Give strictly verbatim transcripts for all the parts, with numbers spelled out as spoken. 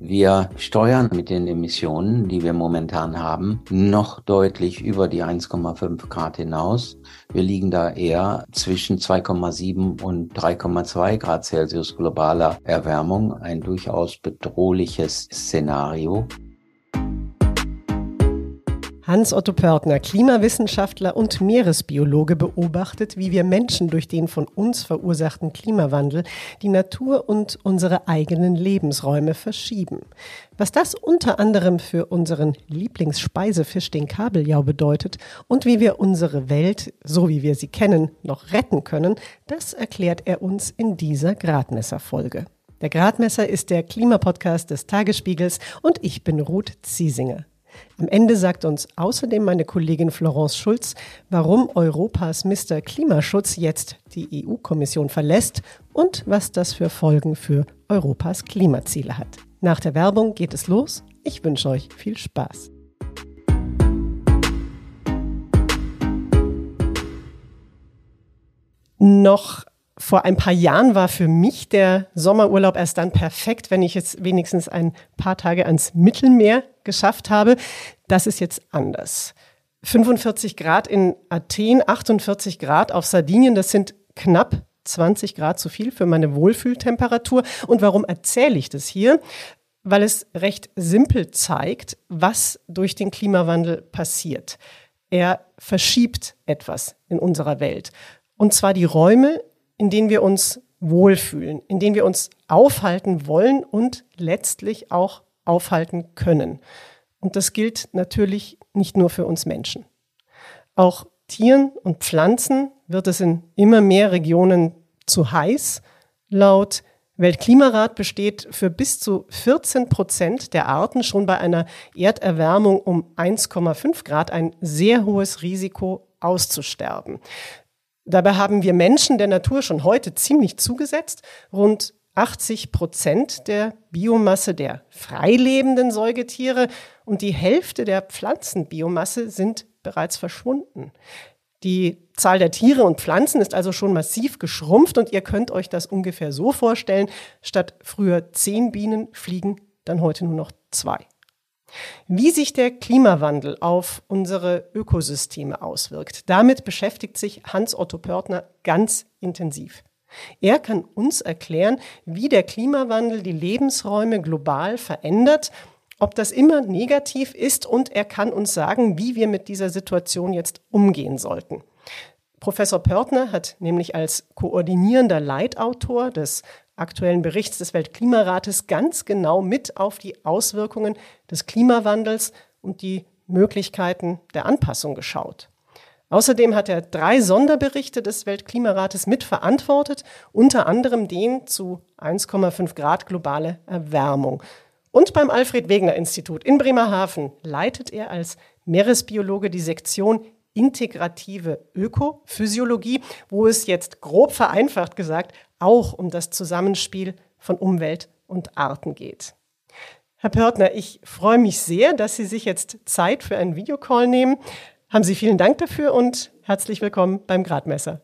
Wir steuern mit den Emissionen, die wir momentan haben, noch deutlich über die eins Komma fünf Grad hinaus. Wir liegen da eher zwischen zwei Komma sieben und drei Komma zwei Grad Celsius globaler Erwärmung, ein durchaus bedrohliches Szenario. Hans-Otto Pörtner, Klimawissenschaftler und Meeresbiologe, beobachtet, wie wir Menschen durch den von uns verursachten Klimawandel die Natur und unsere eigenen Lebensräume verschieben. Was das unter anderem für unseren Lieblingssspeisefisch, den Kabeljau, bedeutet und wie wir unsere Welt, so wie wir sie kennen, noch retten können, das erklärt er uns in dieser Gradmesser-Folge. Der Gradmesser ist der Klimapodcast des Tagesspiegels und ich bin Ruth Ziesinger. Am Ende sagt uns außerdem meine Kollegin Florence Schulz, warum Europas Mister Klimaschutz jetzt die E U-Kommission verlässt und was das für Folgen für Europas Klimaziele hat. Nach der Werbung geht es los. Ich wünsche euch viel Spaß. Noch vor ein paar Jahren war für mich der Sommerurlaub erst dann perfekt, wenn ich jetzt wenigstens ein paar Tage ans Mittelmeer geschafft habe. Das ist jetzt anders. fünfundvierzig Grad in Athen, achtundvierzig Grad auf Sardinien, das sind knapp zwanzig Grad zu viel für meine Wohlfühltemperatur. Und warum erzähle ich das hier? Weil es recht simpel zeigt, was durch den Klimawandel passiert. Er verschiebt etwas in unserer Welt. Und zwar die Räume, in denen wir uns wohlfühlen, in denen wir uns aufhalten wollen und letztlich auch aufhalten können. Und das gilt natürlich nicht nur für uns Menschen. Auch Tieren und Pflanzen wird es in immer mehr Regionen zu heiß. Laut Weltklimarat besteht für bis zu vierzehn Prozent der Arten schon bei einer Erderwärmung um eins Komma fünf Grad ein sehr hohes Risiko auszusterben. Dabei haben wir Menschen der Natur schon heute ziemlich zugesetzt. Rund achtzig Prozent der Biomasse der freilebenden Säugetiere und die Hälfte der Pflanzenbiomasse sind bereits verschwunden. Die Zahl der Tiere und Pflanzen ist also schon massiv geschrumpft und ihr könnt euch das ungefähr so vorstellen, statt früher zehn Bienen fliegen dann heute nur noch zwei. Wie sich der Klimawandel auf unsere Ökosysteme auswirkt, damit beschäftigt sich Hans-Otto Pörtner ganz intensiv. Er kann uns erklären, wie der Klimawandel die Lebensräume global verändert, ob das immer negativ ist und er kann uns sagen, wie wir mit dieser Situation jetzt umgehen sollten. Professor Pörtner hat nämlich als koordinierender Leitautor des aktuellen Berichts des Weltklimarates ganz genau mit auf die Auswirkungen des Klimawandels und die Möglichkeiten der Anpassung geschaut. Außerdem hat er drei Sonderberichte des Weltklimarates mitverantwortet, unter anderem den zu eins Komma fünf Grad globale Erwärmung. Und beim Alfred-Wegener-Institut in Bremerhaven leitet er als Meeresbiologe die Sektion Integrative Ökophysiologie, wo es jetzt grob vereinfacht gesagt auch um das Zusammenspiel von Umwelt und Arten geht. Herr Pörtner, ich freue mich sehr, dass Sie sich jetzt Zeit für einen Videocall nehmen. Haben Sie vielen Dank dafür und herzlich willkommen beim Gradmesser.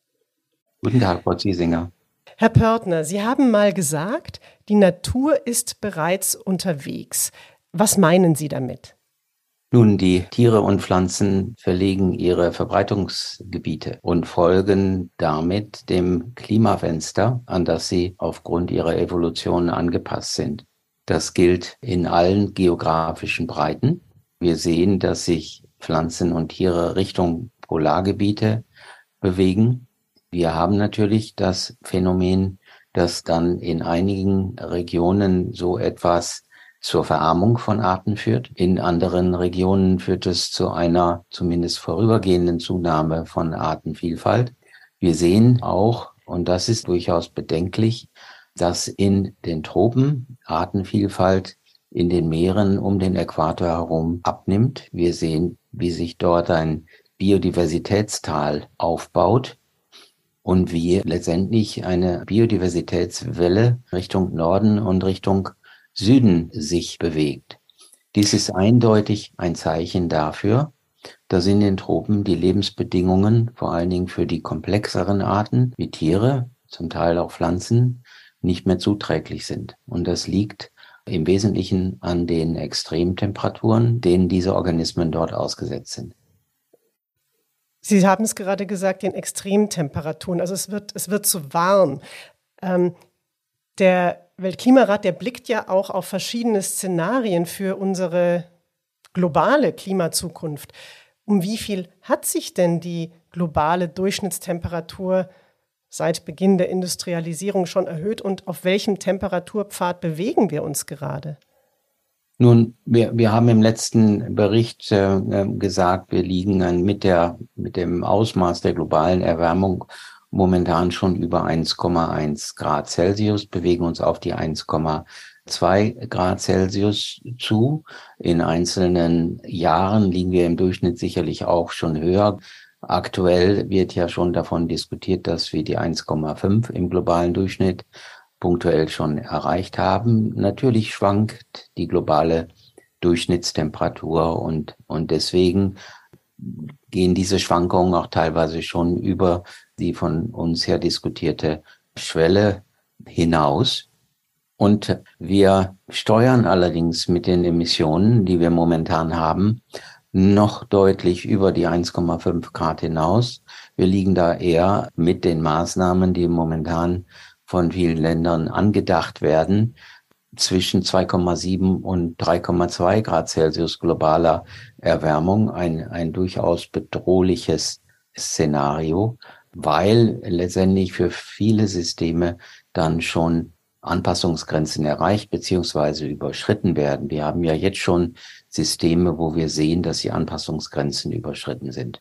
Guten Tag, Frau Ziesinger. Herr Pörtner, Sie haben mal gesagt, die Natur ist bereits unterwegs. Was meinen Sie damit? Nun, die Tiere und Pflanzen verlegen ihre Verbreitungsgebiete und folgen damit dem Klimafenster, an das sie aufgrund ihrer Evolution angepasst sind. Das gilt in allen geografischen Breiten. Wir sehen, dass sich Pflanzen und Tiere Richtung Polargebiete bewegen. Wir haben natürlich das Phänomen, dass dann in einigen Regionen so etwas zur Verarmung von Arten führt. In anderen Regionen führt es zu einer zumindest vorübergehenden Zunahme von Artenvielfalt. Wir sehen auch, und das ist durchaus bedenklich, dass in den Tropen Artenvielfalt in den Meeren um den Äquator herum abnimmt. Wir sehen, wie sich dort ein Biodiversitätstal aufbaut und wie letztendlich eine Biodiversitätswelle Richtung Norden und Richtung Süden sich bewegt. Dies ist eindeutig ein Zeichen dafür, dass in den Tropen die Lebensbedingungen, vor allen Dingen für die komplexeren Arten wie Tiere, zum Teil auch Pflanzen, nicht mehr zuträglich sind. Und das liegt im Wesentlichen an den Extremtemperaturen, denen diese Organismen dort ausgesetzt sind. Sie haben es gerade gesagt, den Extremtemperaturen. Also es wird, es wird zu warm. Ähm, der Weltklimarat, der blickt ja auch auf verschiedene Szenarien für unsere globale Klimazukunft. Um wie viel hat sich denn die globale Durchschnittstemperatur seit Beginn der Industrialisierung schon erhöht und auf welchem Temperaturpfad bewegen wir uns gerade? Nun, wir, wir haben im letzten Bericht äh, gesagt, wir liegen an, mit der, mit dem Ausmaß der globalen Erwärmung momentan schon über eins Komma eins Grad Celsius, bewegen uns auf die eins Komma zwei Grad Celsius zu. In einzelnen Jahren liegen wir im Durchschnitt sicherlich auch schon höher. Aktuell wird ja schon davon diskutiert, dass wir die eins Komma fünf im globalen Durchschnitt punktuell schon erreicht haben. Natürlich schwankt die globale Durchschnittstemperatur und, und deswegen gehen diese Schwankungen auch teilweise schon über die von uns her diskutierte Schwelle hinaus. Und wir steuern allerdings mit den Emissionen, die wir momentan haben, noch deutlich über die eins Komma fünf Grad hinaus. Wir liegen da eher mit den Maßnahmen, die momentan von vielen Ländern angedacht werden, zwischen zwei Komma sieben und drei Komma zwei Grad Celsius globaler Erwärmung, ein, ein durchaus bedrohliches Szenario, weil letztendlich für viele Systeme dann schon Anpassungsgrenzen erreicht bzw. überschritten werden. Wir haben ja jetzt schon Systeme, wo wir sehen, dass die Anpassungsgrenzen überschritten sind.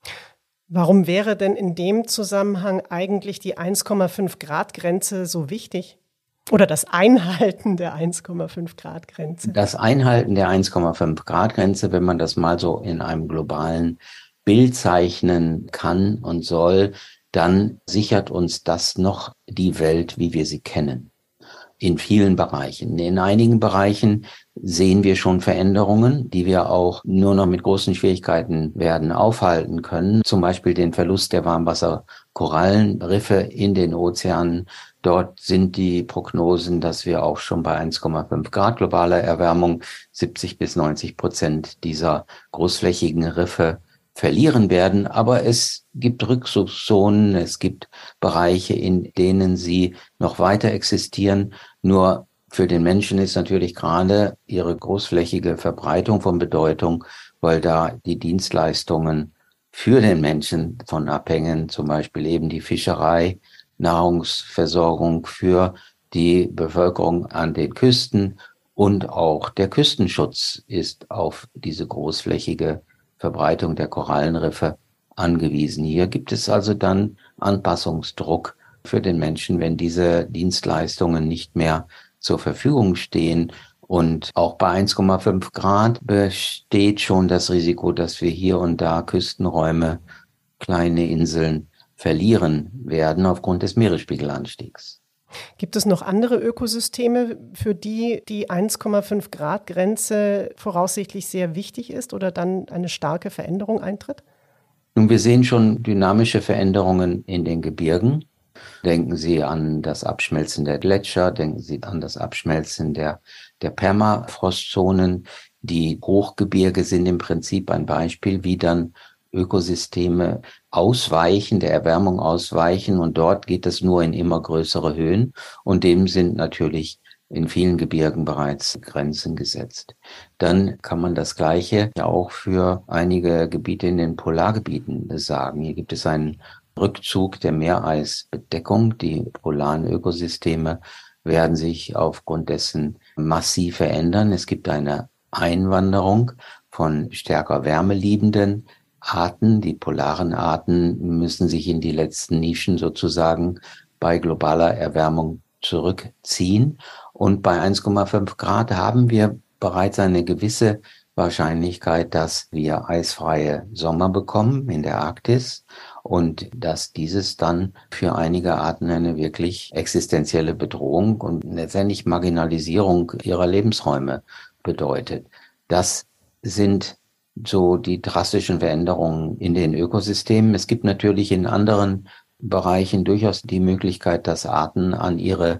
Warum wäre denn in dem Zusammenhang eigentlich die eins Komma fünf Grad Grenze so wichtig? Oder das Einhalten der eins Komma fünf Grad Grenze? Das Einhalten der eins Komma fünf Grad Grenze, wenn man das mal so in einem globalen Bild zeichnen kann und soll, dann sichert uns das noch die Welt, wie wir sie kennen. In vielen Bereichen. In einigen Bereichen sehen wir schon Veränderungen, die wir auch nur noch mit großen Schwierigkeiten werden aufhalten können. Zum Beispiel den Verlust der Warmwasserkorallenriffe in den Ozeanen. Dort sind die Prognosen, dass wir auch schon bei eins Komma fünf Grad globaler Erwärmung siebzig bis neunzig Prozent dieser großflächigen Riffe verlieren werden. Aber es gibt Rückzugszonen, es gibt Bereiche, in denen sie noch weiter existieren. Nur für den Menschen ist natürlich gerade ihre großflächige Verbreitung von Bedeutung, weil da die Dienstleistungen für den Menschen von abhängen, zum Beispiel eben die Fischerei, Nahrungsversorgung für die Bevölkerung an den Küsten und auch der Küstenschutz ist auf diese großflächige Verbreitung der Korallenriffe angewiesen. Hier gibt es also dann Anpassungsdruck für den Menschen, wenn diese Dienstleistungen nicht mehr zur Verfügung stehen. Und auch bei eins Komma fünf Grad besteht schon das Risiko, dass wir hier und da Küstenräume, kleine Inseln verlieren werden aufgrund des Meeresspiegelanstiegs. Gibt es noch andere Ökosysteme, für die die eins Komma fünf Grad Grenze voraussichtlich sehr wichtig ist oder dann eine starke Veränderung eintritt? Nun, wir sehen schon dynamische Veränderungen in den Gebirgen. Denken Sie an das Abschmelzen der Gletscher, denken Sie an das Abschmelzen der, der Permafrostzonen. Die Hochgebirge sind im Prinzip ein Beispiel, wie dann Ökosysteme ausweichen, der Erwärmung ausweichen und dort geht es nur in immer größere Höhen und dem sind natürlich in vielen Gebirgen bereits Grenzen gesetzt. Dann kann man das Gleiche ja auch für einige Gebiete in den Polargebieten sagen. Hier gibt es einen Rückzug der Meereisbedeckung. Die polaren Ökosysteme werden sich aufgrund dessen massiv verändern. Es gibt eine Einwanderung von stärker wärmeliebenden Arten. Die polaren Arten müssen sich in die letzten Nischen sozusagen bei globaler Erwärmung zurückziehen. Und bei eins Komma fünf Grad haben wir bereits eine gewisse Wahrscheinlichkeit, dass wir eisfreie Sommer bekommen in der Arktis und dass dieses dann für einige Arten eine wirklich existenzielle Bedrohung und letztendlich Marginalisierung ihrer Lebensräume bedeutet. Das sind so die drastischen Veränderungen in den Ökosystemen. Es gibt natürlich in anderen Bereichen durchaus die Möglichkeit, dass Arten an ihre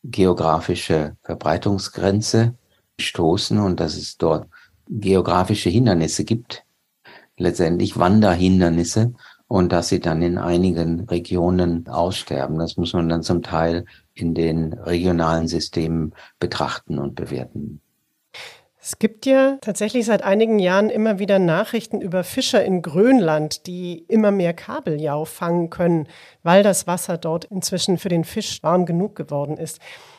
geografische Verbreitungsgrenze stoßen und dass es dort geografische Hindernisse gibt, letztendlich Wanderhindernisse, und dass sie dann in einigen Regionen aussterben. Das muss man dann zum Teil in den regionalen Systemen betrachten und bewerten. Es gibt ja tatsächlich seit einigen Jahren immer wieder Nachrichten über Fischer in Grönland, die immer mehr Kabeljau fangen können, weil das Wasser dort inzwischen für den Fisch warm genug geworden ist.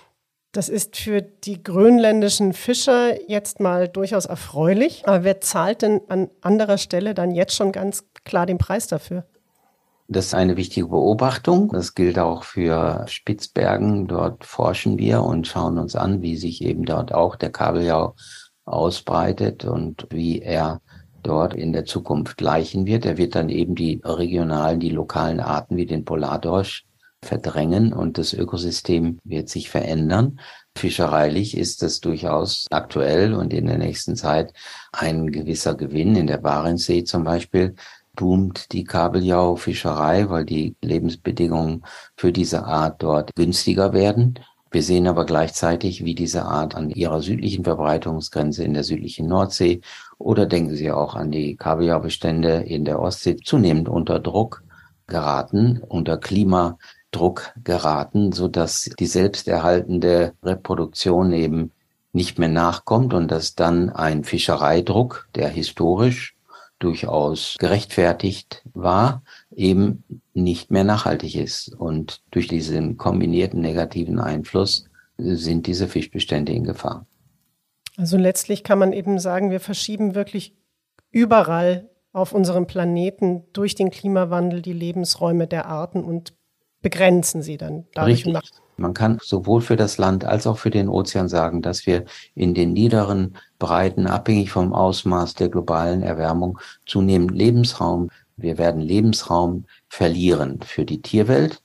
Das ist für die grönländischen Fischer jetzt mal durchaus erfreulich. Aber wer zahlt denn an anderer Stelle dann jetzt schon ganz klar den Preis dafür? Das ist eine wichtige Beobachtung. Das gilt auch für Spitzbergen. Dort forschen wir und schauen uns an, wie sich eben dort auch der Kabeljau ausbreitet und wie er dort in der Zukunft gleichen wird. Er wird dann eben die regionalen, die lokalen Arten wie den Polardorsch verdrängen und das Ökosystem wird sich verändern. Fischereilich ist das durchaus aktuell und in der nächsten Zeit ein gewisser Gewinn. In der Barentssee zum Beispiel boomt die Kabeljau-Fischerei, weil die Lebensbedingungen für diese Art dort günstiger werden. Wir sehen aber gleichzeitig, wie diese Art an ihrer südlichen Verbreitungsgrenze in der südlichen Nordsee oder denken Sie auch an die Kabeljaubestände in der Ostsee zunehmend unter Druck geraten, unter Klimadruck geraten, so dass die selbsterhaltende Reproduktion eben nicht mehr nachkommt und dass dann ein Fischereidruck, der historisch durchaus gerechtfertigt war, eben nicht mehr nachhaltig ist. Und durch diesen kombinierten negativen Einfluss sind diese Fischbestände in Gefahr. Also letztlich kann man eben sagen, wir verschieben wirklich überall auf unserem Planeten durch den Klimawandel die Lebensräume der Arten und begrenzen sie dann dadurch. Richtig. Man kann sowohl für das Land als auch für den Ozean sagen, dass wir in den niederen Breiten, abhängig vom Ausmaß der globalen Erwärmung, zunehmend Lebensraum, wir werden Lebensraum verlieren für die Tierwelt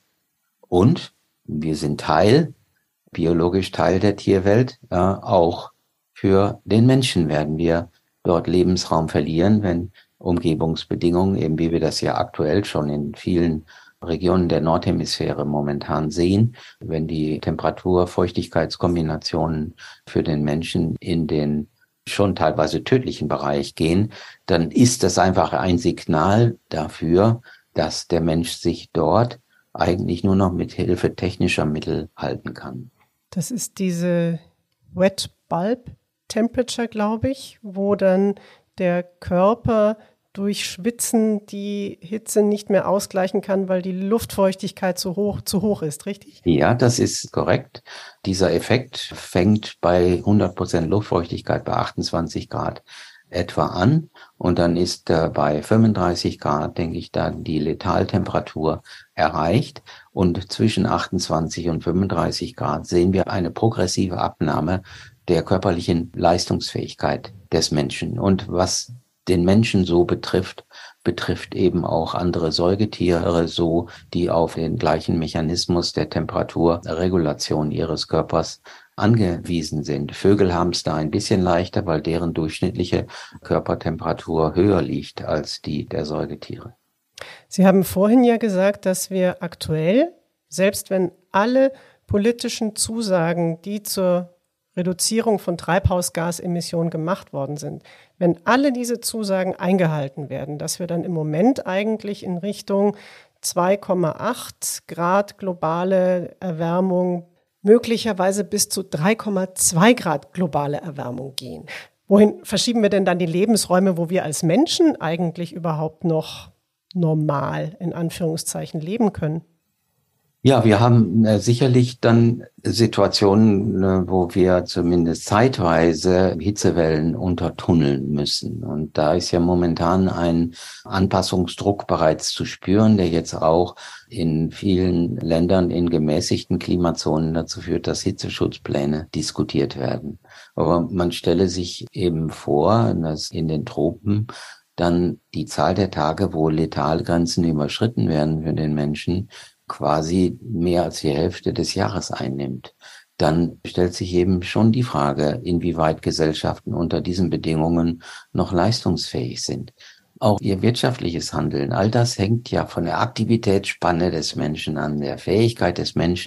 und wir sind Teil, biologisch Teil der Tierwelt, äh, auch für den Menschen werden wir dort Lebensraum verlieren, wenn Umgebungsbedingungen, eben wie wir das ja aktuell schon in vielen Regionen der Nordhemisphäre momentan sehen, wenn die Temperatur-Feuchtigkeitskombinationen für den Menschen in den schon teilweise tödlichen Bereich gehen, dann ist das einfach ein Signal dafür, dass der Mensch sich dort eigentlich nur noch mit Hilfe technischer Mittel halten kann. Das ist diese Wet Bulb Temperature, glaube ich, wo dann der Körper durch Schwitzen die Hitze nicht mehr ausgleichen kann, weil die Luftfeuchtigkeit zu hoch, zu hoch ist, richtig? Ja, das ist korrekt. Dieser Effekt fängt bei hundert Prozent Luftfeuchtigkeit bei achtundzwanzig Grad etwa an und dann ist äh, bei fünfunddreißig Grad, denke ich, dann die Letaltemperatur erreicht und zwischen achtundzwanzig und fünfunddreißig Grad sehen wir eine progressive Abnahme der körperlichen Leistungsfähigkeit des Menschen. Und was den Menschen so betrifft, betrifft eben auch andere Säugetiere so, die auf den gleichen Mechanismus der Temperaturregulation ihres Körpers angewiesen sind. Vögel haben es da ein bisschen leichter, weil deren durchschnittliche Körpertemperatur höher liegt als die der Säugetiere. Sie haben vorhin ja gesagt, dass wir aktuell, selbst wenn alle politischen Zusagen, die zur Reduzierung von Treibhausgasemissionen gemacht worden sind, wenn alle diese Zusagen eingehalten werden, dass wir dann im Moment eigentlich in Richtung zwei Komma acht Grad globale Erwärmung, möglicherweise bis zu drei Komma zwei Grad globale Erwärmung gehen. Wohin verschieben wir denn dann die Lebensräume, wo wir als Menschen eigentlich überhaupt noch normal, in Anführungszeichen, leben können? Ja, wir haben äh, sicherlich dann Situationen, äh, wo wir zumindest zeitweise Hitzewellen untertunneln müssen. Und da ist ja momentan ein Anpassungsdruck bereits zu spüren, der jetzt auch in vielen Ländern in gemäßigten Klimazonen dazu führt, dass Hitzeschutzpläne diskutiert werden. Aber man stelle sich eben vor, dass in den Tropen dann die Zahl der Tage, wo Letalgrenzen überschritten werden für den Menschen, quasi mehr als die Hälfte des Jahres einnimmt, dann stellt sich eben schon die Frage, inwieweit Gesellschaften unter diesen Bedingungen noch leistungsfähig sind. Auch ihr wirtschaftliches Handeln, all das hängt ja von der Aktivitätsspanne des Menschen an, der Fähigkeit des Menschen,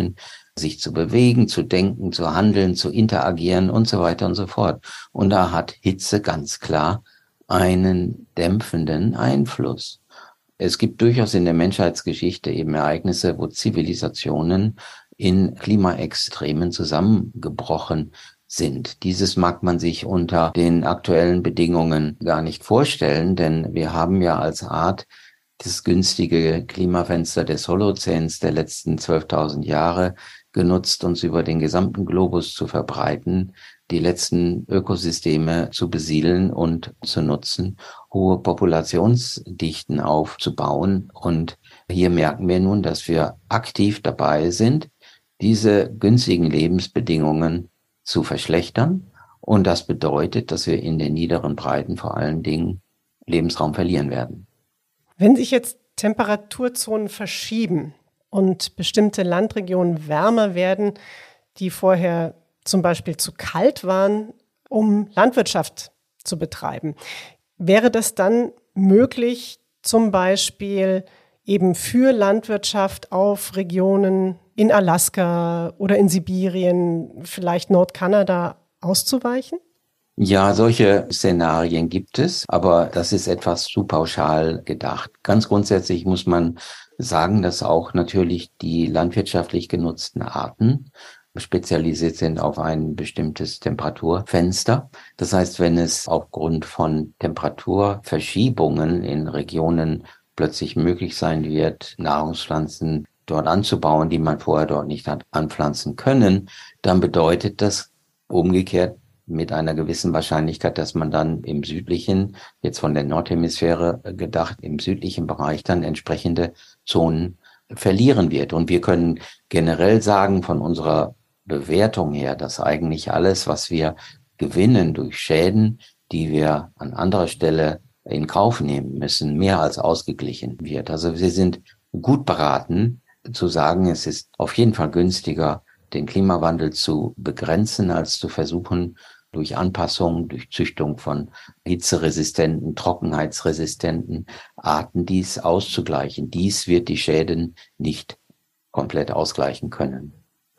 sich zu bewegen, zu denken, zu handeln, zu interagieren und so weiter und so fort. Und da hat Hitze ganz klar einen dämpfenden Einfluss. Es gibt durchaus in der Menschheitsgeschichte eben Ereignisse, wo Zivilisationen in Klimaextremen zusammengebrochen sind. Dieses mag man sich unter den aktuellen Bedingungen gar nicht vorstellen, denn wir haben ja als Art das günstige Klimafenster des Holozäns der letzten zwölftausend Jahre genutzt, uns über den gesamten Globus zu verbreiten, die letzten Ökosysteme zu besiedeln und zu nutzen, hohe Populationsdichten aufzubauen. Und hier merken wir nun, dass wir aktiv dabei sind, diese günstigen Lebensbedingungen zu verschlechtern. Und das bedeutet, dass wir in den niederen Breiten vor allen Dingen Lebensraum verlieren werden. Wenn sich jetzt Temperaturzonen verschieben und bestimmte Landregionen wärmer werden, die vorher zum Beispiel zu kalt waren, um Landwirtschaft zu betreiben, wäre das dann möglich, zum Beispiel eben für Landwirtschaft auf Regionen in Alaska oder in Sibirien, vielleicht Nordkanada auszuweichen? Ja, solche Szenarien gibt es, aber das ist etwas zu pauschal gedacht. Ganz grundsätzlich muss man sagen, dass auch natürlich die landwirtschaftlich genutzten Arten spezialisiert sind auf ein bestimmtes Temperaturfenster. Das heißt, wenn es aufgrund von Temperaturverschiebungen in Regionen plötzlich möglich sein wird, Nahrungspflanzen dort anzubauen, die man vorher dort nicht hat anpflanzen können, dann bedeutet das umgekehrt mit einer gewissen Wahrscheinlichkeit, dass man dann im südlichen, jetzt von der Nordhemisphäre gedacht, im südlichen Bereich dann entsprechende Zonen verlieren wird. Und wir können generell sagen von unserer Bewertung her, dass eigentlich alles, was wir gewinnen durch Schäden, die wir an anderer Stelle in Kauf nehmen müssen, mehr als ausgeglichen wird. Also wir sind gut beraten zu sagen, es ist auf jeden Fall günstiger, den Klimawandel zu begrenzen, als zu versuchen, durch Anpassung, durch Züchtung von hitzeresistenten, trockenheitsresistenten Arten dies auszugleichen. Dies wird die Schäden nicht komplett ausgleichen können.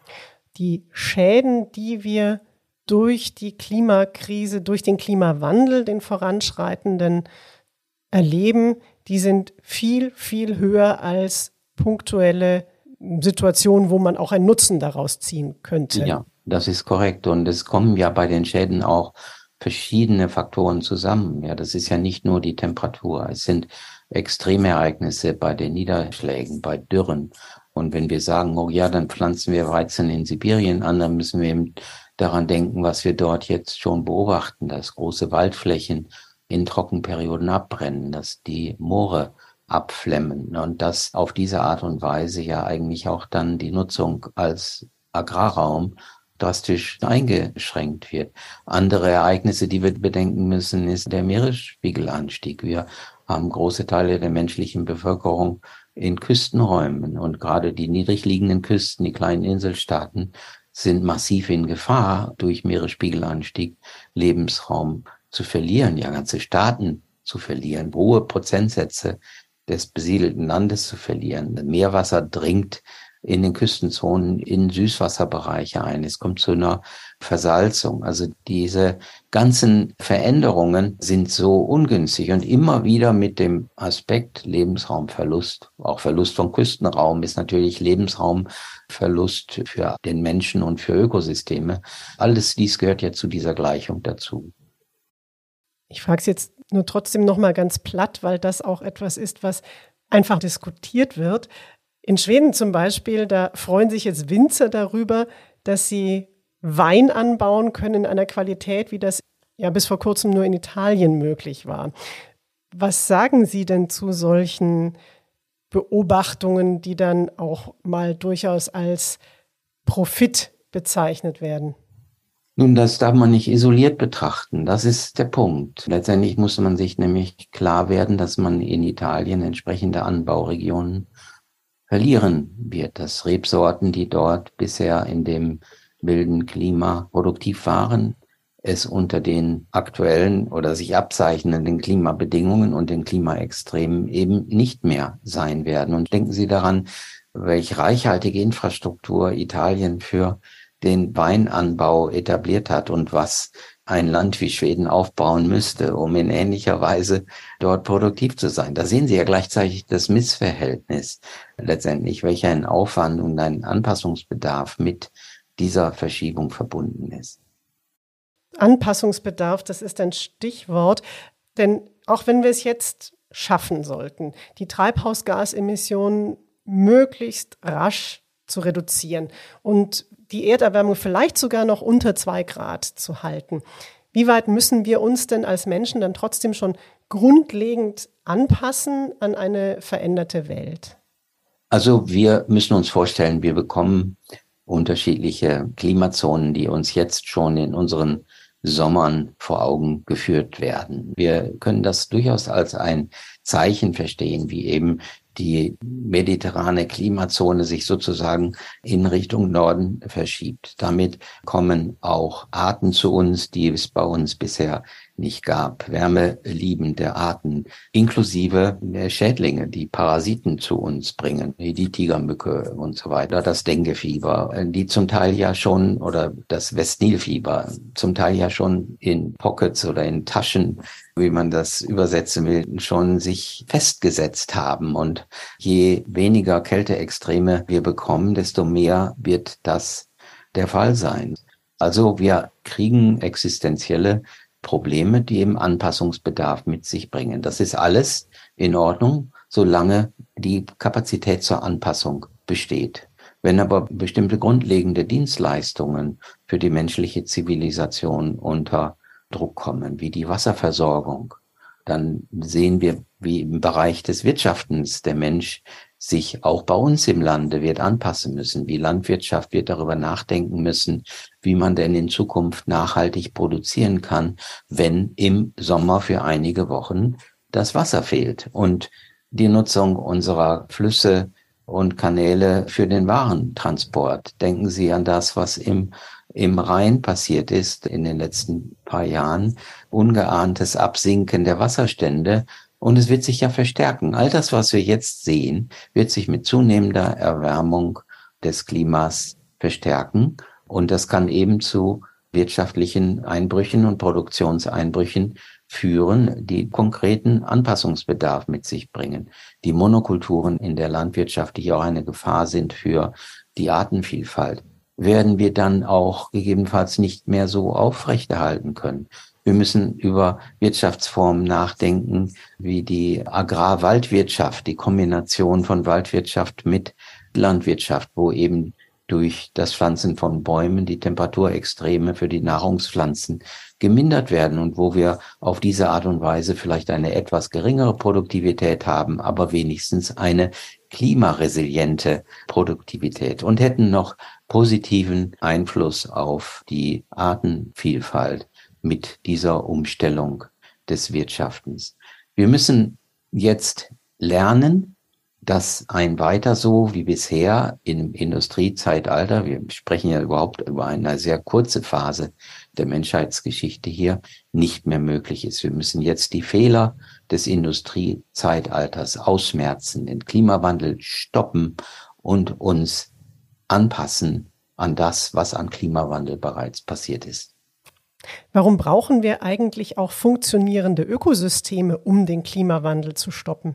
Die Schäden, die wir durch die Klimakrise, durch den Klimawandel, den voranschreitenden, erleben, die sind viel, viel höher als punktuelle Situationen, wo man auch einen Nutzen daraus ziehen könnte. Ja, das ist korrekt. Und es kommen ja bei den Schäden auch verschiedene Faktoren zusammen. Ja, das ist ja nicht nur die Temperatur. Es sind Extremereignisse bei den Niederschlägen, bei Dürren. Und wenn wir sagen, oh ja, dann pflanzen wir Weizen in Sibirien an, dann müssen wir eben daran denken, was wir dort jetzt schon beobachten, dass große Waldflächen in Trockenperioden abbrennen, dass die Moore abflemmen und dass auf diese Art und Weise ja eigentlich auch dann die Nutzung als Agrarraum drastisch eingeschränkt wird. Andere Ereignisse, die wir bedenken müssen, ist der Meeresspiegelanstieg. Wir haben große Teile der menschlichen Bevölkerung in Küstenräumen und gerade die niedrig liegenden Küsten, die kleinen Inselstaaten, sind massiv in Gefahr, durch Meeresspiegelanstieg Lebensraum zu verlieren, ja ganze Staaten zu verlieren, hohe Prozentsätze des besiedelten Landes zu verlieren. Meerwasser dringt in den Küstenzonen in Süßwasserbereiche ein. Es kommt zu einer Versalzung. Also diese ganzen Veränderungen sind so ungünstig und immer wieder mit dem Aspekt Lebensraumverlust. Auch Verlust von Küstenraum ist natürlich Lebensraumverlust für den Menschen und für Ökosysteme. Alles dies gehört ja zu dieser Gleichung dazu. Ich frage es jetzt nur trotzdem noch mal ganz platt, weil das auch etwas ist, was einfach diskutiert wird. In Schweden zum Beispiel, da freuen sich jetzt Winzer darüber, dass sie Wein anbauen können in einer Qualität, wie das ja bis vor kurzem nur in Italien möglich war. Was sagen Sie denn zu solchen Beobachtungen, die dann auch mal durchaus als Profit bezeichnet werden? Nun, das darf man nicht isoliert betrachten. Das ist der Punkt. Letztendlich muss man sich nämlich klar werden, dass man in Italien entsprechende Anbauregionen verlieren wird. Dass Rebsorten, die dort bisher in dem milden Klima produktiv waren, es unter den aktuellen oder sich abzeichnenden Klimabedingungen und den Klimaextremen eben nicht mehr sein werden. Und denken Sie daran, welch reichhaltige Infrastruktur Italien für den Weinanbau etabliert hat und was ein Land wie Schweden aufbauen müsste, um in ähnlicher Weise dort produktiv zu sein. Da sehen Sie ja gleichzeitig das Missverhältnis letztendlich, welcher ein Aufwand und ein Anpassungsbedarf mit dieser Verschiebung verbunden ist. Anpassungsbedarf, das ist ein Stichwort, denn auch wenn wir es jetzt schaffen sollten, die Treibhausgasemissionen möglichst rasch zu reduzieren und die Erderwärmung vielleicht sogar noch unter zwei Grad zu halten. Wie weit müssen wir uns denn als Menschen dann trotzdem schon grundlegend anpassen an eine veränderte Welt? Also wir müssen uns vorstellen, wir bekommen unterschiedliche Klimazonen, die uns jetzt schon in unseren Sommern vor Augen geführt werden. Wir können das durchaus als ein Zeichen verstehen, wie eben die mediterrane Klimazone sich sozusagen in Richtung Norden verschiebt. Damit kommen auch Arten zu uns, die es bei uns bisher nicht gab. Wärmeliebende Arten, inklusive der Schädlinge, die Parasiten zu uns bringen, wie die Tigermücke und so weiter, das Denguefieber, die zum Teil ja schon, oder das Westnilfieber, zum Teil ja schon in Pockets oder in Taschen, wie man das übersetzen will, schon sich festgesetzt haben. Und je weniger Kälteextreme wir bekommen, desto mehr wird das der Fall sein. Also wir kriegen existenzielle Probleme, die eben Anpassungsbedarf mit sich bringen. Das ist alles in Ordnung, solange die Kapazität zur Anpassung besteht. Wenn aber bestimmte grundlegende Dienstleistungen für die menschliche Zivilisation unter Druck kommen, wie die Wasserversorgung, dann sehen wir, wie im Bereich des Wirtschaftens der Mensch sich auch bei uns im Lande wird anpassen müssen. Die Landwirtschaft wird darüber nachdenken müssen, wie man denn in Zukunft nachhaltig produzieren kann, wenn im Sommer für einige Wochen das Wasser fehlt und die Nutzung unserer Flüsse und Kanäle für den Warentransport. Denken Sie an das, was im im Rhein passiert ist in den letzten paar Jahren. Ungeahntes Absinken der Wasserstände. Und es wird sich ja verstärken. All das, was wir jetzt sehen, wird sich mit zunehmender Erwärmung des Klimas verstärken. Und das kann eben zu wirtschaftlichen Einbrüchen und Produktionseinbrüchen führen, die konkreten Anpassungsbedarf mit sich bringen. Die Monokulturen in der Landwirtschaft, die auch eine Gefahr sind für die Artenvielfalt, werden wir dann auch gegebenenfalls nicht mehr so aufrechterhalten können. Wir müssen über Wirtschaftsformen nachdenken, wie die Agrarwaldwirtschaft, die Kombination von Waldwirtschaft mit Landwirtschaft, wo eben durch das Pflanzen von Bäumen die Temperaturextreme für die Nahrungspflanzen gemindert werden und wo wir auf diese Art und Weise vielleicht eine etwas geringere Produktivität haben, aber wenigstens eine klimaresiliente Produktivität und hätten noch positiven Einfluss auf die Artenvielfalt mit dieser Umstellung des Wirtschaftens. Wir müssen jetzt lernen, dass ein weiter so wie bisher im Industriezeitalter, wir sprechen ja überhaupt über eine sehr kurze Phase der Menschheitsgeschichte hier, nicht mehr möglich ist. Wir müssen jetzt die Fehler des Industriezeitalters ausmerzen, den Klimawandel stoppen und uns anpassen an das, was an Klimawandel bereits passiert ist. Warum brauchen wir eigentlich auch funktionierende Ökosysteme, um den Klimawandel zu stoppen?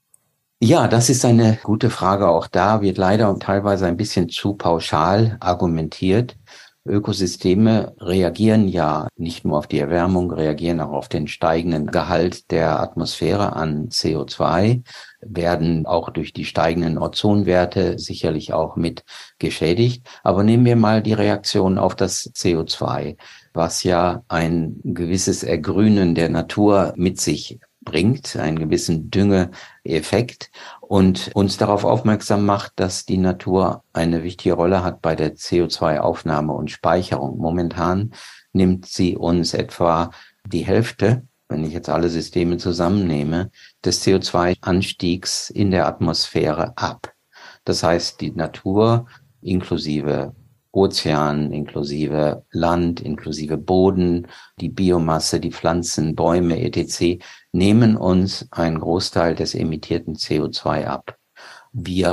Ja, das ist eine gute Frage. Auch da wird leider teilweise ein bisschen zu pauschal argumentiert. Ökosysteme reagieren ja nicht nur auf die Erwärmung, reagieren auch auf den steigenden Gehalt der Atmosphäre an C O zwei, werden auch durch die steigenden Ozonwerte sicherlich auch mit geschädigt. Aber nehmen wir mal die Reaktion auf das C O zwei, was ja ein gewisses Ergrünen der Natur mit sich bringt, einen gewissen Düngeeffekt und uns darauf aufmerksam macht, dass die Natur eine wichtige Rolle hat bei der C O zwei Aufnahme und Speicherung. Momentan nimmt sie uns etwa die Hälfte, wenn ich jetzt alle Systeme zusammennehme, des C O zwei Anstiegs in der Atmosphäre ab. Das heißt, die Natur inklusive Ozean, inklusive Land, inklusive Boden, die Biomasse, die Pflanzen, Bäume et cetera nehmen uns einen Großteil des emittierten C O zwei ab. Wir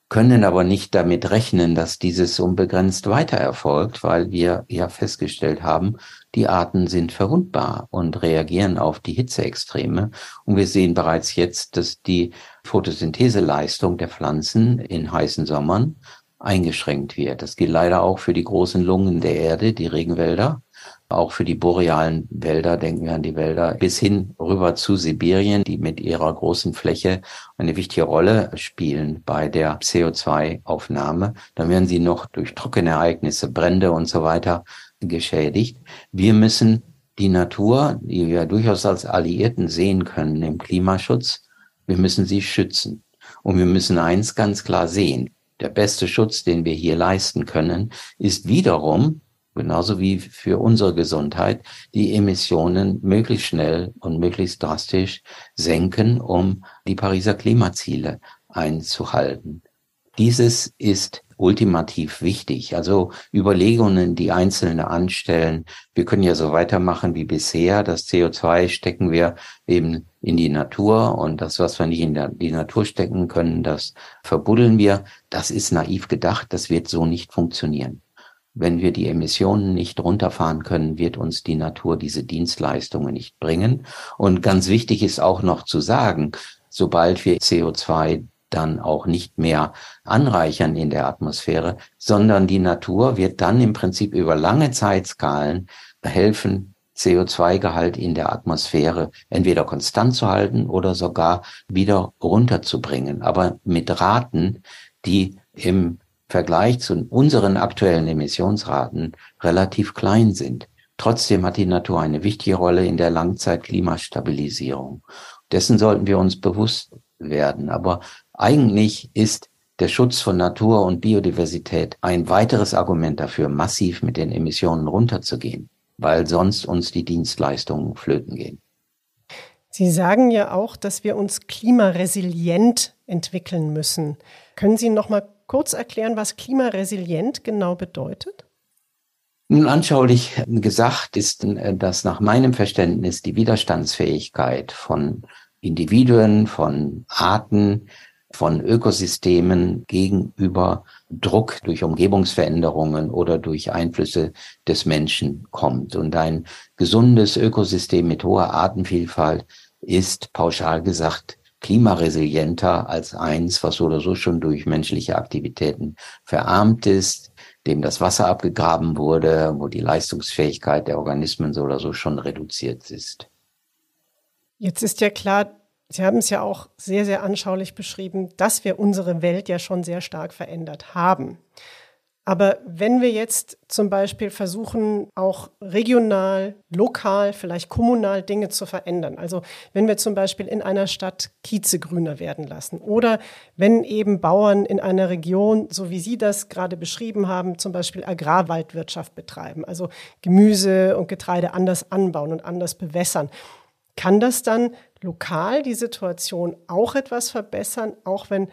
können aber nicht damit rechnen, dass dieses unbegrenzt weiter erfolgt, weil wir ja festgestellt haben, die Arten sind verwundbar und reagieren auf die Hitzeextreme. Und wir sehen bereits jetzt, dass die Photosyntheseleistung der Pflanzen in heißen Sommern eingeschränkt wird. Das gilt leider auch für die großen Lungen der Erde, die Regenwälder. Auch für die borealen Wälder, denken wir an die Wälder bis hin rüber zu Sibirien, die mit ihrer großen Fläche eine wichtige Rolle spielen bei der C O zwei Aufnahme. Dann werden sie noch durch Trockenereignisse, Brände und so weiter geschädigt. Wir müssen die Natur, die wir durchaus als Alliierten sehen können im Klimaschutz, wir müssen sie schützen. Und wir müssen eins ganz klar sehen: Der beste Schutz, den wir hier leisten können, ist wiederum, genauso wie für unsere Gesundheit, die Emissionen möglichst schnell und möglichst drastisch senken, um die Pariser Klimaziele einzuhalten. Dieses ist ultimativ wichtig. Also Überlegungen, die Einzelne anstellen. Wir können ja so weitermachen wie bisher. Das C O zwei stecken wir eben in die Natur, und das, was wir nicht in die Natur stecken können, das verbuddeln wir. Das ist naiv gedacht. Das wird so nicht funktionieren. Wenn wir die Emissionen nicht runterfahren können, wird uns die Natur diese Dienstleistungen nicht bringen. Und ganz wichtig ist auch noch zu sagen, sobald wir C O zwei dann auch nicht mehr anreichern in der Atmosphäre, sondern die Natur wird dann im Prinzip über lange Zeitskalen helfen, C O zwei Gehalt in der Atmosphäre entweder konstant zu halten oder sogar wieder runterzubringen, aber mit Raten, die im Vergleich zu unseren aktuellen Emissionsraten relativ klein sind. Trotzdem hat die Natur eine wichtige Rolle in der Langzeit-Klimastabilisierung. Dessen sollten wir uns bewusst werden. Aber eigentlich ist der Schutz von Natur und Biodiversität ein weiteres Argument dafür, massiv mit den Emissionen runterzugehen, weil sonst uns die Dienstleistungen flöten gehen. Sie sagen ja auch, dass wir uns klimaresilient entwickeln müssen. Können Sie noch mal kurz erklären, was klimaresilient genau bedeutet? Nun, anschaulich gesagt ist, dass nach meinem Verständnis die Widerstandsfähigkeit von Individuen, von Arten, von Ökosystemen gegenüber Druck durch Umgebungsveränderungen oder durch Einflüsse des Menschen kommt. Und ein gesundes Ökosystem mit hoher Artenvielfalt ist, pauschal gesagt, klimaresilienter als eins, was so oder so schon durch menschliche Aktivitäten verarmt ist, dem das Wasser abgegraben wurde, wo die Leistungsfähigkeit der Organismen so oder so schon reduziert ist. Jetzt ist ja klar, Sie haben es ja auch sehr, sehr anschaulich beschrieben, dass wir unsere Welt ja schon sehr stark verändert haben. Aber wenn wir jetzt zum Beispiel versuchen, auch regional, lokal, vielleicht kommunal Dinge zu verändern, also wenn wir zum Beispiel in einer Stadt Kieze grüner werden lassen oder wenn eben Bauern in einer Region, so wie Sie das gerade beschrieben haben, zum Beispiel Agrarwaldwirtschaft betreiben, also Gemüse und Getreide anders anbauen und anders bewässern, kann das dann lokal die Situation auch etwas verbessern, auch wenn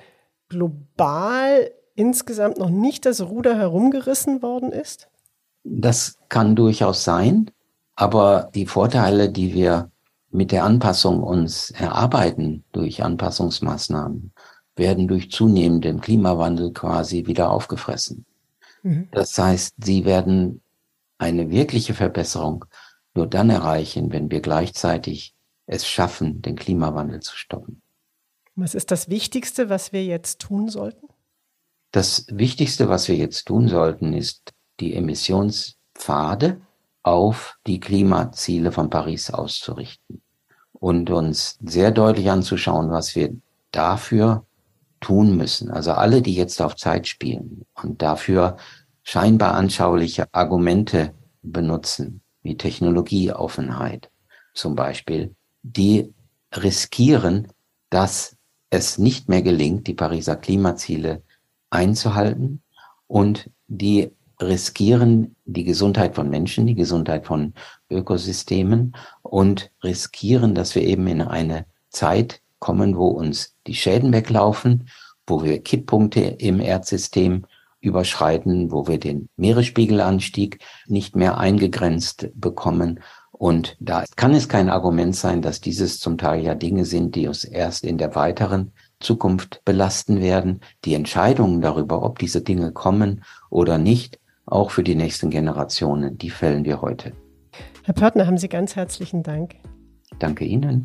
global insgesamt noch nicht das Ruder herumgerissen worden ist? Das kann durchaus sein, aber die Vorteile, die wir mit der Anpassung uns erarbeiten durch Anpassungsmaßnahmen, werden durch zunehmenden Klimawandel quasi wieder aufgefressen. Mhm. Das heißt, sie werden eine wirkliche Verbesserung nur dann erreichen, wenn wir gleichzeitig es schaffen, den Klimawandel zu stoppen. Was ist das Wichtigste, was wir jetzt tun sollten? Das Wichtigste, was wir jetzt tun sollten, ist, die Emissionspfade auf die Klimaziele von Paris auszurichten und uns sehr deutlich anzuschauen, was wir dafür tun müssen. Also alle, die jetzt auf Zeit spielen und dafür scheinbar anschauliche Argumente benutzen, wie Technologieoffenheit zum Beispiel, die riskieren, dass es nicht mehr gelingt, die Pariser Klimaziele einzuhalten, und die riskieren die Gesundheit von Menschen, die Gesundheit von Ökosystemen und riskieren, dass wir eben in eine Zeit kommen, wo uns die Schäden weglaufen, wo wir Kipppunkte im Erdsystem überschreiten, wo wir den Meeresspiegelanstieg nicht mehr eingegrenzt bekommen. Und da kann es kein Argument sein, dass dieses zum Teil ja Dinge sind, die uns erst in der weiteren Zukunft belasten werden. Die Entscheidungen darüber, ob diese Dinge kommen oder nicht, auch für die nächsten Generationen, die fällen wir heute. Herr Pörtner, haben Sie ganz herzlichen Dank. Danke Ihnen.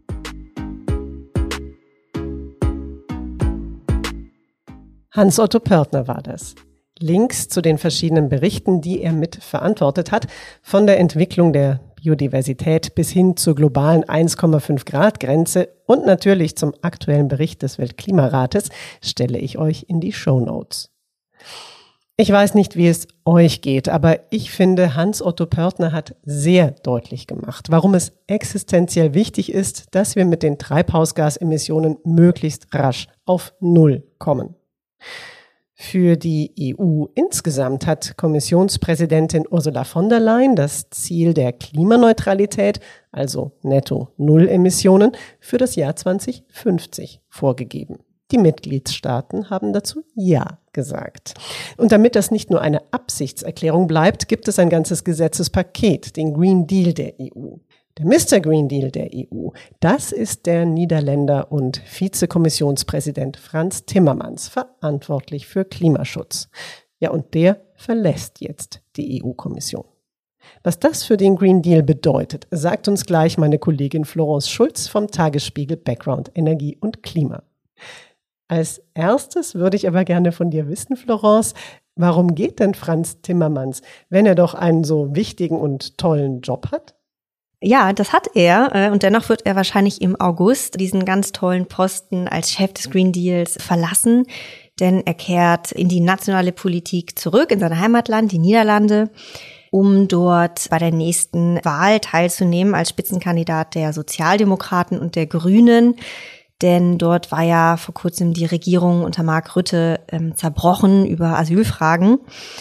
Hans-Otto Pörtner war das. Links zu den verschiedenen Berichten, die er mit verantwortet hat, von der Entwicklung der Biodiversität bis hin zur globalen eins Komma fünf Grad Grenze und natürlich zum aktuellen Bericht des Weltklimarates, stelle ich euch in die Shownotes. Ich weiß nicht, wie es euch geht, aber ich finde, Hans-Otto Pörtner hat sehr deutlich gemacht, warum es existenziell wichtig ist, dass wir mit den Treibhausgasemissionen möglichst rasch auf Null kommen. Für die E U insgesamt hat Kommissionspräsidentin Ursula von der Leyen das Ziel der Klimaneutralität, also Netto-Null-Emissionen, für das Jahr zwanzig fünfzig vorgegeben. Die Mitgliedstaaten haben dazu Ja gesagt. Und damit das nicht nur eine Absichtserklärung bleibt, gibt es ein ganzes Gesetzespaket, den Green Deal der E U. Der Mister Green Deal der E U, das ist der Niederländer und Vizekommissionspräsident Frans Timmermans, verantwortlich für Klimaschutz. Ja, und der verlässt jetzt die E U-Kommission. Was das für den Green Deal bedeutet, sagt uns gleich meine Kollegin Florence Schulz vom Tagesspiegel Background Energie und Klima. Als erstes würde ich aber gerne von dir wissen, Florence, warum geht denn Frans Timmermans, wenn er doch einen so wichtigen und tollen Job hat? Ja, das hat er und dennoch wird er wahrscheinlich im August diesen ganz tollen Posten als Chef des Green Deals verlassen, denn er kehrt in die nationale Politik zurück, in sein Heimatland, die Niederlande, um dort bei der nächsten Wahl teilzunehmen als Spitzenkandidat der Sozialdemokraten und der Grünen. Denn dort war ja vor kurzem die Regierung unter Mark Rutte ähm, zerbrochen über Asylfragen.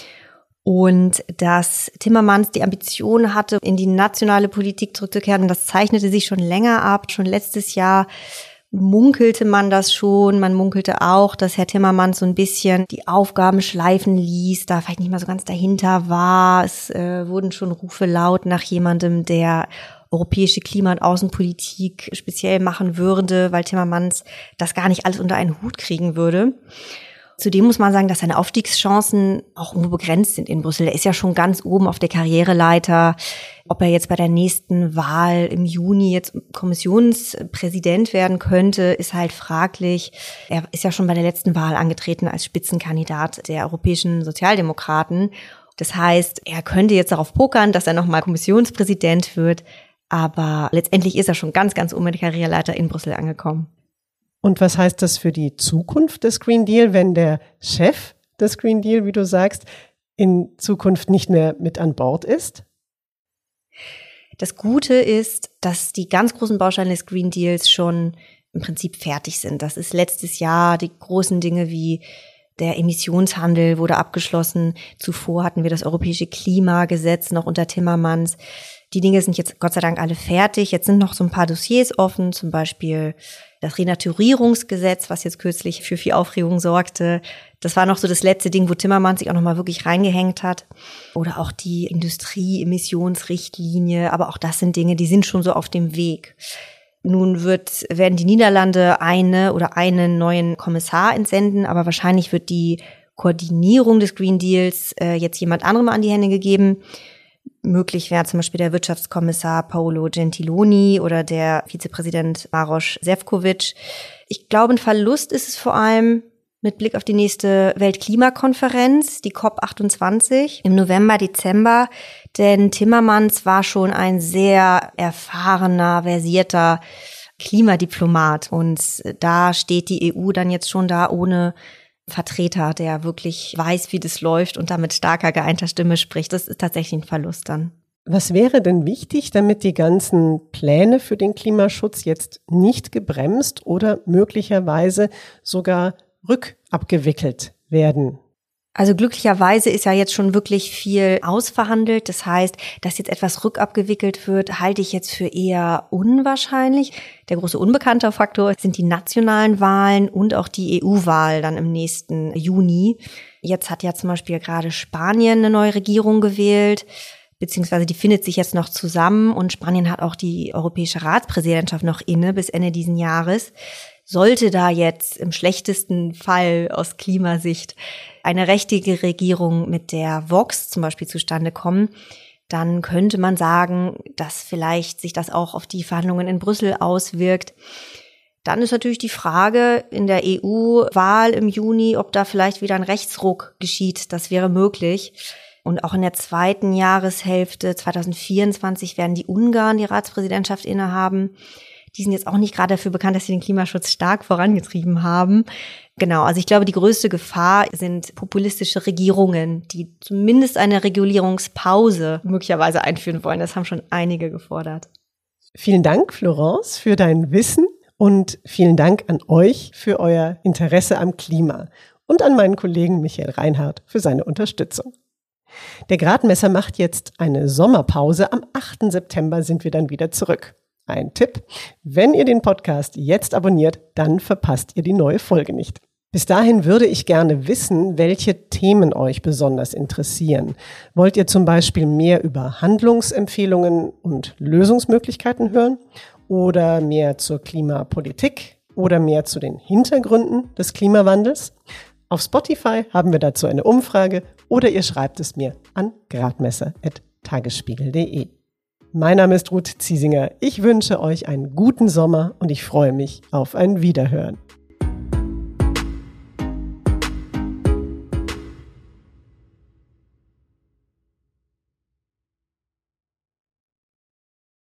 Und dass Timmermans die Ambition hatte, in die nationale Politik zurückzukehren, das zeichnete sich schon länger ab. Schon letztes Jahr munkelte man das schon. Man munkelte auch, dass Herr Timmermans so ein bisschen die Aufgaben schleifen ließ, da vielleicht nicht mal so ganz dahinter war. Es äh, wurden schon Rufe laut nach jemandem, der europäische Klima- und Außenpolitik speziell machen würde, weil Timmermans das gar nicht alles unter einen Hut kriegen würde. Zudem muss man sagen, dass seine Aufstiegschancen auch nur begrenzt sind in Brüssel. Er ist ja schon ganz oben auf der Karriereleiter. Ob er jetzt bei der nächsten Wahl im Juni jetzt Kommissionspräsident werden könnte, ist halt fraglich. Er ist ja schon bei der letzten Wahl angetreten als Spitzenkandidat der europäischen Sozialdemokraten. Das heißt, er könnte jetzt darauf pokern, dass er nochmal Kommissionspräsident wird. Aber letztendlich ist er schon ganz, ganz oben in der Karriereleiter in Brüssel angekommen. Und was heißt das für die Zukunft des Green Deal, wenn der Chef des Green Deal, wie du sagst, in Zukunft nicht mehr mit an Bord ist? Das Gute ist, dass die ganz großen Bausteine des Green Deals schon im Prinzip fertig sind. Das ist letztes Jahr die großen Dinge wie der Emissionshandel wurde abgeschlossen. Zuvor hatten wir das europäische Klimagesetz noch unter Timmermans. Die Dinge sind jetzt Gott sei Dank alle fertig. Jetzt sind noch so ein paar Dossiers offen, zum Beispiel das Renaturierungsgesetz, was jetzt kürzlich für viel Aufregung sorgte. Das war noch so das letzte Ding, wo Timmermans sich auch noch mal wirklich reingehängt hat. Oder auch die Industrieemissionsrichtlinie. Aber auch das sind Dinge, die sind schon so auf dem Weg. Nun wird, werden die Niederlande eine oder einen neuen Kommissar entsenden, aber wahrscheinlich wird die Koordinierung des Green Deals äh, jetzt jemand anderem an die Hände gegeben. Möglich wäre zum Beispiel der Wirtschaftskommissar Paolo Gentiloni oder der Vizepräsident Maroš Šefčovič. Ich glaube, ein Verlust ist es vor allem mit Blick auf die nächste Weltklimakonferenz, die COP achtundzwanzig im November, Dezember. Denn Timmermans war schon ein sehr erfahrener, versierter Klimadiplomat. Und da steht die E U dann jetzt schon da ohne Vertreter, der wirklich weiß, wie das läuft und da mit starker, geeinter Stimme spricht. Das ist tatsächlich ein Verlust dann. Was wäre denn wichtig, damit die ganzen Pläne für den Klimaschutz jetzt nicht gebremst oder möglicherweise sogar rückabgewickelt werden? Also glücklicherweise ist ja jetzt schon wirklich viel ausverhandelt. Das heißt, dass jetzt etwas rückabgewickelt wird, halte ich jetzt für eher unwahrscheinlich. Der große unbekannte Faktor sind die nationalen Wahlen und auch die E U-Wahl dann im nächsten Juni. Jetzt hat ja zum Beispiel gerade Spanien eine neue Regierung gewählt, beziehungsweise die findet sich jetzt noch zusammen und Spanien hat auch die europäische Ratspräsidentschaft noch inne bis Ende diesen Jahres. Sollte da jetzt im schlechtesten Fall aus Klimasicht eine rechte Regierung mit der Vox zum Beispiel zustande kommen, dann könnte man sagen, dass vielleicht sich das auch auf die Verhandlungen in Brüssel auswirkt. Dann ist natürlich die Frage in der E U-Wahl im Juni, ob da vielleicht wieder ein Rechtsruck geschieht. Das wäre möglich. Und auch in der zweiten Jahreshälfte zwanzig vierundzwanzig werden die Ungarn die Ratspräsidentschaft innehaben. Die sind jetzt auch nicht gerade dafür bekannt, dass sie den Klimaschutz stark vorangetrieben haben. Genau, also ich glaube, die größte Gefahr sind populistische Regierungen, die zumindest eine Regulierungspause möglicherweise einführen wollen. Das haben schon einige gefordert. Vielen Dank, Florence, für dein Wissen und vielen Dank an euch für euer Interesse am Klima und an meinen Kollegen Michael Reinhardt für seine Unterstützung. Der Gradmesser macht jetzt eine Sommerpause. Am achten September sind wir dann wieder zurück. Ein Tipp: Wenn ihr den Podcast jetzt abonniert, dann verpasst ihr die neue Folge nicht. Bis dahin würde ich gerne wissen, welche Themen euch besonders interessieren. Wollt ihr zum Beispiel mehr über Handlungsempfehlungen und Lösungsmöglichkeiten hören? Oder mehr zur Klimapolitik? Oder mehr zu den Hintergründen des Klimawandels? Auf Spotify haben wir dazu eine Umfrage oder ihr schreibt es mir an gradmesser at tagesspiegel punkt de. Mein Name ist Ruth Ziesinger. Ich wünsche euch einen guten Sommer und ich freue mich auf ein Wiederhören.